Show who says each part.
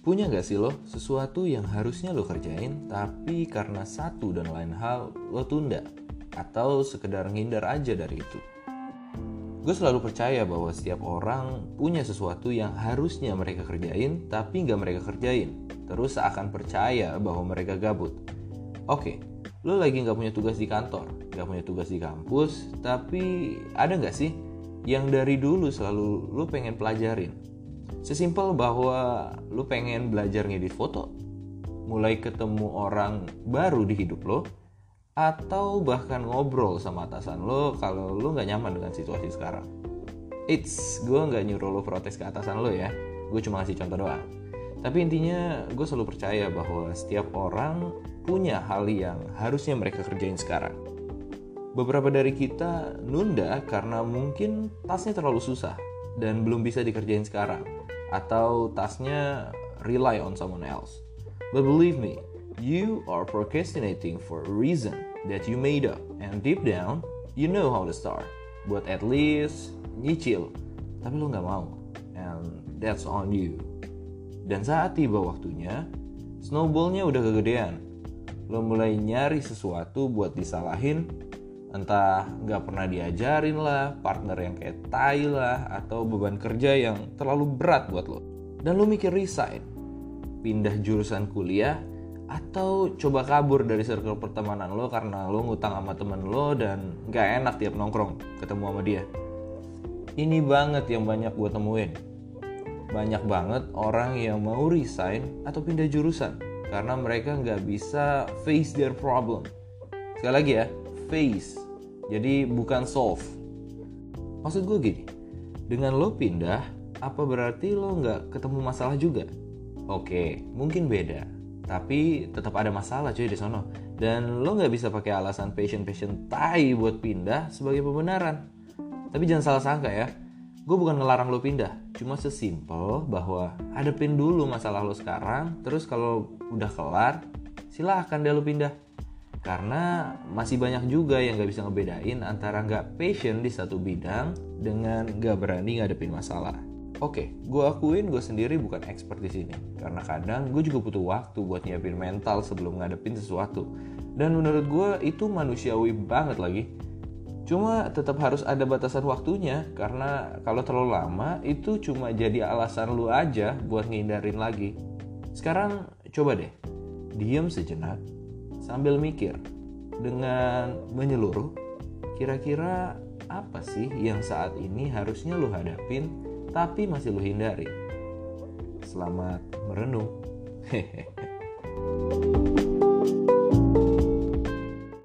Speaker 1: Punya gak sih lo sesuatu yang harusnya lo kerjain tapi karena satu dan lain hal lo tunda atau sekedar ngindar aja dari itu? Gue selalu percaya bahwa setiap orang punya sesuatu yang harusnya mereka kerjain tapi gak mereka kerjain. Terus seakan percaya bahwa mereka gabut. Oke, lo lagi gak punya tugas di kantor, gak punya tugas di kampus, tapi ada gak sih yang dari dulu selalu lo pengen pelajarin? Sesimpel bahwa lu pengen belajar ngedit foto, mulai ketemu orang baru di hidup lo, atau bahkan ngobrol sama atasan lo kalau lu gak nyaman dengan situasi sekarang. Gue gak nyuruh lo protes ke atasan lo ya, gue cuma ngasih contoh doang. Tapi intinya gue selalu percaya bahwa setiap orang punya hal yang harusnya mereka kerjain sekarang. Beberapa dari kita nunda karena mungkin tasnya terlalu susah dan belum bisa dikerjain sekarang, atau tasnya rely on someone else. But believe me, you are procrastinating for a reason that you made up, and deep down, you know how to start. Buat at least nyicil, tapi lo gak mau, and that's on you. Dan saat tiba waktunya, snowballnya udah kegedean. Lo mulai nyari sesuatu buat disalahin, entah gak pernah diajarin lah, partner yang kayak tai lah, atau beban kerja yang terlalu berat buat lo. Dan lo mikir resign, pindah jurusan kuliah, atau coba kabur dari circle pertemanan lo karena lo ngutang sama temen lo dan gak enak tiap nongkrong ketemu sama dia. Ini banget yang banyak gue temuin. Banyak banget orang yang mau resign atau pindah jurusan karena mereka gak bisa face their problem. Sekali lagi ya, face. Jadi bukan solve. Maksud gue gini, dengan lo pindah, apa berarti lo gak ketemu masalah juga? Oke, mungkin beda, tapi tetap ada masalah cuy di sono. Dan lo gak bisa pakai alasan passion tai buat pindah sebagai pembenaran. Tapi jangan salah sangka ya, gue bukan ngelarang lo pindah. Cuma sesimpel bahwa hadepin dulu masalah lo sekarang, terus kalau udah kelar, silahkan deh lo pindah. Karena masih banyak juga yang gak bisa ngebedain antara gak passion di satu bidang dengan gak berani ngadepin masalah. Oke, gue akuin gue sendiri bukan expert di sini. Karena kadang gue juga butuh waktu buat nyiapin mental sebelum ngadepin sesuatu. Dan menurut gue itu manusiawi banget lagi. Cuma tetap harus ada batasan waktunya. Karena kalau terlalu lama itu cuma jadi alasan lu aja buat ngindarin lagi. Sekarang coba deh, diam sejenak sambil mikir dengan menyeluruh, kira-kira apa sih yang saat ini harusnya lo hadapin tapi masih lo hindari. Selamat merenung. Hehehe.